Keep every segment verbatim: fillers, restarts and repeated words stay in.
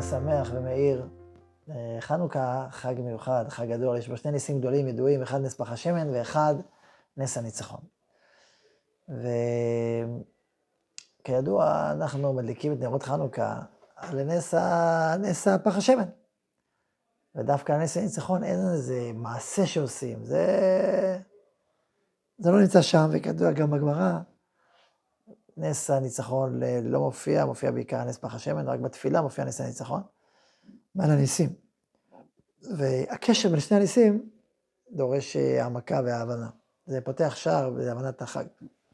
שמח ומאיר. חנוכה, חג מיוחד, חג גדול, יש בו שני ניסים גדולים ידועים, אחד נס פח השמן ואחד נס הניצחון. וכידוע, אנחנו מדליקים את נרות חנוכה לנס נס פח השמן. ודווקא נס הניצחון אין איזה מעשה שעושים, זה, זה לא נמצא שם, וכידוע גם בגמרא, נס הניצחון לא מופיע, מופיע בעיקר נס פח השמן, רק בתפילה מופיע נס הניצחון, מעל הניסים. והקשר בין שני הניסים דורש העמקה וההבנה. זה פותח שער בהבנת החג.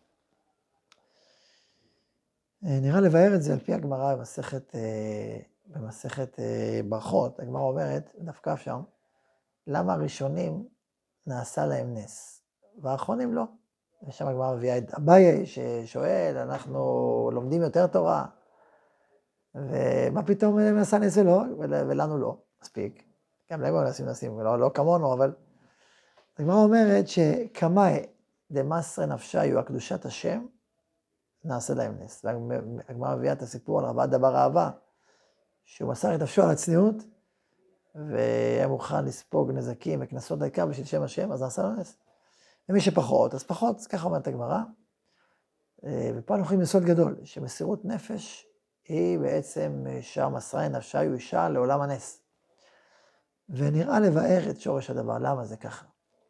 נראה לבאר את זה על פי הגמרא במסכת, במסכת ברכות. הגמרא אומרת, דווקא שם, למה הראשונים נעשה להם נס, והאחרונים לא. ושם הגמרא מביאה את אביי ששואל, אנחנו לומדים יותר תורה, ומה פתאום נעשה נס ולא, ולנו לא, מספיק. גם להם נעשים נסים, לא, לא כמונו, אבל הגמרא אומרת שכמאי דמסרי נפשיו הקדושת השם, נעשה להם נס. והגמרא מביאה את הסיפור על רבא דבר אהבה, שהוא מסר את נפשו על הצניעות, והיה מוכן לספוג נזקים וכנסות דקה בשביל שם השם, אז נעשה לו נס. ומי שפחות, אז פחות, ככה אומרת הגמרא. ופה אנחנו יכולים יסוד גדול, שמסירות נפש היא בעצם שער מסרי נפשיו אישה לעולם הנס. ונראה לבאר את שורש הדבר, למה זה ככה?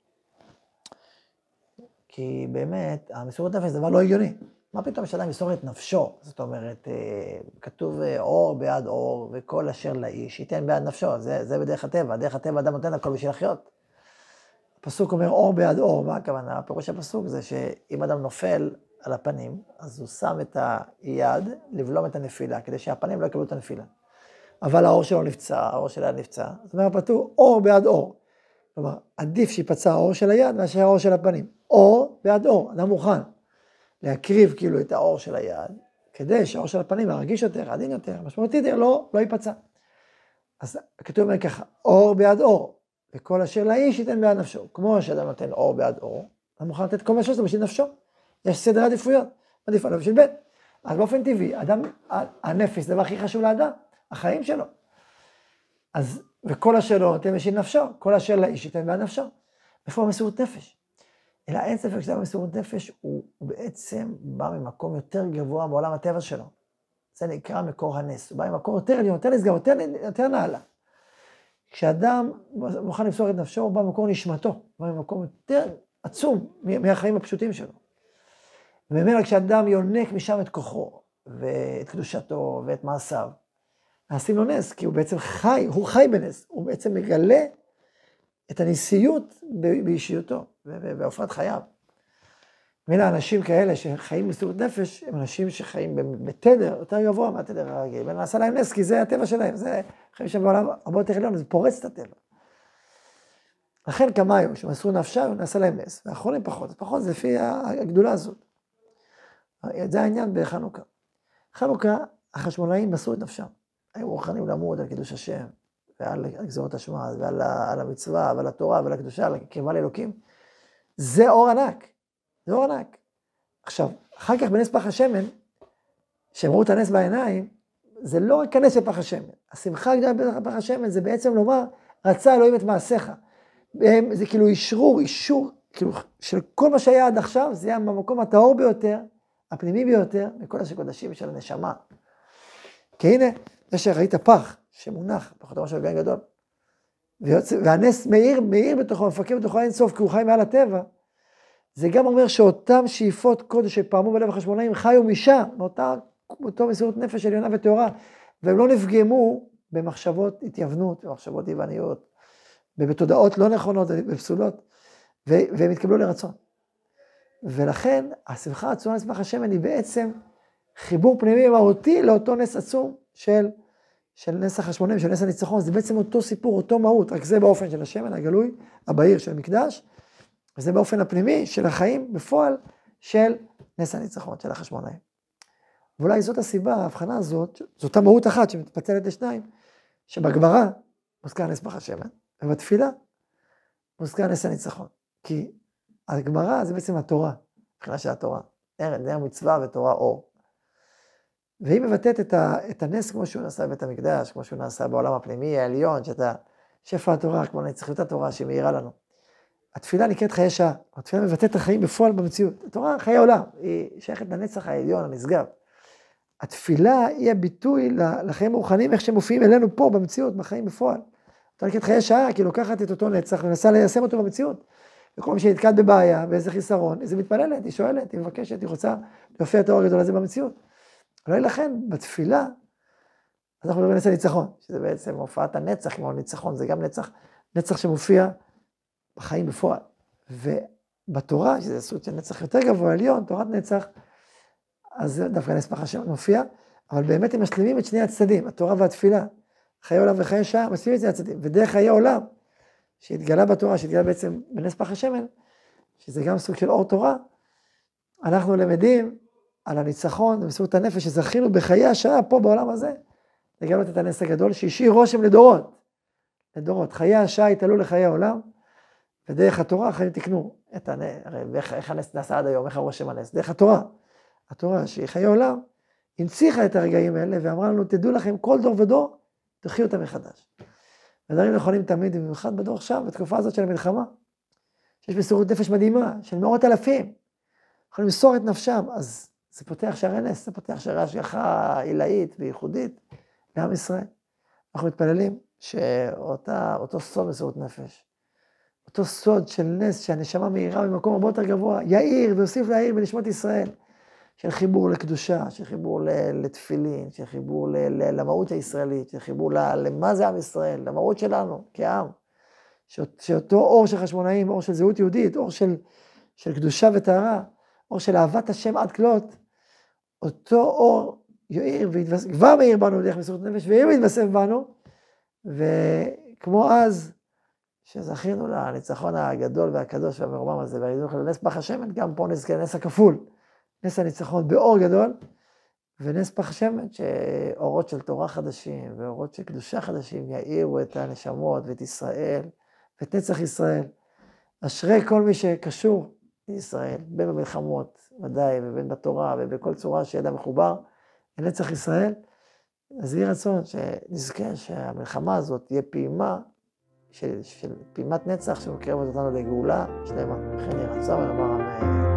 כי באמת, המסירות נפש זה דבר לא הגיוני. מה פתאום שאדם ימסור את נפשו? זאת אומרת, כתוב אור בעד אור, וכל אשר לאיש ייתן בעד נפשו. זה, זה בדרך הטבע. דרך הטבע אדם נותן הכל בשביל לחיות. הפסוק אומר אור בעד אור. מה הכוונה? הפירוש הפסוק זה שאם אדם נופל על הפנים, אז הוא שם את היד לבלום את הנפילה, כדי שהפנים לא יקבלו את הנפילה. אבל האור שלו נפצע, האור של היד נפצע. זאת אומרת, פתור אור בעד אור. כלומר, עדיף שיפצע האור של היד מאשר האור של הפנים. אור בעד אור. אדם מוכן להקריב כאילו את האור של היד, כדי שהאור של הפנים ירגיש יותר, עדין יותר, משמעותי יותר, לא, לא ייפצע. אז כתוב אומר ככה, אור בעד אור, וכל אשר לאיש ייתן בעד נפשו. כמו שאדם נותן אור בעד אור, אדם מוכן לתת כל מה שיש לו בשביל נפשו. יש סדר עדיפויות, עדיף עליו בשביל בית. אז באופן טבעי, אדם, הנפש זה דבר הכי חשוב לאדם, החיים שלו. אז, וכל אשר לא נותן בשביל נפשו, כל אשר לאיש ייתן בעד נפשו. איפה המסירות נפש? אלא אין ספק שאדם במסירות נפש, הוא, הוא בעצם בא ממקום יותר גבוה בעולם הטבע שלו. זה נקרא מקור הנס. הוא בא ממקור יותר עליון, יותר נסגר, יותר, יותר נעלה. כשאדם מוכן למסור את נפשו, הוא בא ממקור נשמתו. הוא בא ממקום יותר עצום מהחיים הפשוטים שלו. ובאמת כשאדם יונק משם את כוחו, ואת קדושתו, ואת מעשיו, נעשים לו נס, כי הוא בעצם חי, הוא חי בנס. הוא בעצם מגלה את הניסיות באישיותו, ובהופעת חייו. מילה אנשים כאלה שחיים במסירות נפש, הם אנשים שחיים בתדר, יותר גבוה מהתדר הרגיל, ונעשה להם נס, כי זה הטבע שלהם, זה חיים שם בעולם הרבה יותר עליון, זה פורץ את הטבע. לכן כמאיו, שמסרו נפשם, נעשה להם נס, והאחרונים פחות, פחות זה לפי הגדולה הזאת. זה העניין בחנוכה. חנוכה, החשמונאים מסרו את נפשם, היו מוכנים למות על קידוש השם, ועל גזרות השמע, ועל על המצווה, ועל התורה, ועל הקדושה, על הקרבה לאלוקים. זה אור ענק, זה אור ענק. עכשיו, אחר כך בנס פח השמן, שהם ראו את הנס בעיניים, זה לא רק הנס של פח השמן. השמחה הגדולה בפח השמן, זה בעצם לומר, רצה אלוהים את מעשיך. זה כאילו אישרור, אישור, כאילו, של כל מה שהיה עד עכשיו, זה היה במקום הטהור ביותר, הפנימי ביותר, מכל השקודשים של הנשמה. כי הנה, זה שראית פח, שמונח, בחותמו של גן גדול, והנס מאיר, מאיר בתוכו, מפקד בתוכו אין סוף, כי הוא חי מעל הטבע, זה גם אומר שאותם שאיפות קודש שפעמו בלב החשמונאים, חיו משם, מאותה, מאותו מסירות נפש עליונה וטהורה, והם לא נפגמו במחשבות התייוונות, במחשבות יווניות, ובתודעות לא נכונות ובפסולות, והם התקבלו לרצון. ולכן, השמחה עצומה לשמח השמן היא בעצם חיבור פנימי מהותי לאותו נס עצום של של נס החשמונאים, של נס הניצחון, זה בעצם אותו סיפור, אותו מהות, רק זה באופן של השמן הגלוי, הבהיר של המקדש, וזה באופן הפנימי של החיים בפועל של נס הניצחון, של החשמונאים. ואולי זאת הסיבה, ההבחנה הזאת, זאת המהות אחת שמתפצלת לשניים, שבגמרא מוזכר נס פח השמן, ובתפילה מוזכר נס הניצחון. כי הגמרא זה בעצם התורה, מבחינה של התורה, נר מצווה ותורה אור. והיא מבטאת את, ה, את הנס כמו שהוא נעשה בבית המקדש, כמו שהוא נעשה בעולם הפנימי העליון, שאתה שפע התורה, כמו נצחיות התורה שמאירה לנו. התפילה נקראת חיי שעה, התפילה מבטאת את החיים בפועל במציאות. התורה חיי עולם, היא שייכת לנצח העליון, הנשגב. התפילה היא הביטוי לחיים הרוחניים, איך שהם מופיעים אלינו פה במציאות, בחיים בפועל. התורה נקראת חיי שעה, כי לוקחת את אותו נצח ונסה ליישם אותו במציאות. וכל מי שנתקעת בבעיה, באיזה חיסרון, איזה מתפללת, היא שואלת, היא מבקשת, היא רוצה להופיע את האור הגדול הזה במציאות. אולי לכן, בתפילה, אז אנחנו מדברים על נצח ניצחון, שזה בעצם הופעת הנצח, כמו ניצחון, זה גם נצח, נצח שמופיע בחיים בפועל. ובתורה, שזה סוג של נצח יותר גבוה, עליון, תורת נצח, אז דווקא נס פח השם מופיע, אבל באמת הם משלימים את שני הצדדים, התורה והתפילה, חיי עולם וחיי שעה, משלימים את שני הצדדים, ודרך חיי עולם, שהתגלה בתורה, שהתגלה בעצם בנס פח השמן, שזה גם סוג של אור תורה, אנחנו למדים על הניצחון ומסירות הנפש שזכינו בחיי השעה פה בעולם הזה, לגלות את הנס הגדול שהשאיר רושם לדורות, לדורות, חיי השעה התעלו לחיי העולם, ודרך התורה החיים תקנו את הנס, הרי איך הנס נעשה עד היום, איך הרושם הנס, דרך התורה, התורה שהיא חיי עולם, הנציחה את הרגעים האלה ואמרה לנו, תדעו לכם כל דור ודור, תחיו אותם מחדש. ודברים נכונים תמיד, במיוחד בדור עכשיו, בתקופה הזאת של המלחמה, שיש מסירות נפש מדהימה, של מאות אלפים, יכולים למסור את נפשם, אז זה פותח שערי נס, זה פותח שערי השגחה עילאית וייחודית לעם ישראל. אנחנו מתפללים שאותו סוד מסירות נפש, אותו סוד של נס שהנשמה מהירה במקום הרבה יותר גבוה, יאיר ויוסיף להאיר בנשמות ישראל, של חיבור לקדושה, של חיבור לתפילין, של חיבור למהות הישראלית, של חיבור למה זה עם ישראל, למהות שלנו כעם, שאותו אור של חשמונאים, אור של זהות יהודית, אור של, של קדושה וטהרה, אור של אהבת השם עד כלות, אותו אור יאיר ויתווסף, כבר מאיר בנו דרך מסירות נפש, ויאיר ויתווסף בנו, וכמו אז, שזכינו לניצחון הגדול והקדוש והמרומם הזה, והידוך לנס פח השמן, גם פה נזכה לנס הכפול, נס הניצחון באור גדול, ונס פח השמן, שאורות של תורה חדשים, ואורות של קדושה חדשים, יאירו את הנשמות ואת ישראל, ואת נצח ישראל. אשרי כל מי שקשור לישראל, בין במלחמות, ודאי, ובין בתורה, ובכל צורה שידע מחובר, לנצח ישראל, אז יהי רצון שנזכה שהמלחמה הזאת תהיה פעימה, של, של פעימת נצח שמקרבת אותנו לגאולה שלמה. לכן יהי רצון ונאמר אמן.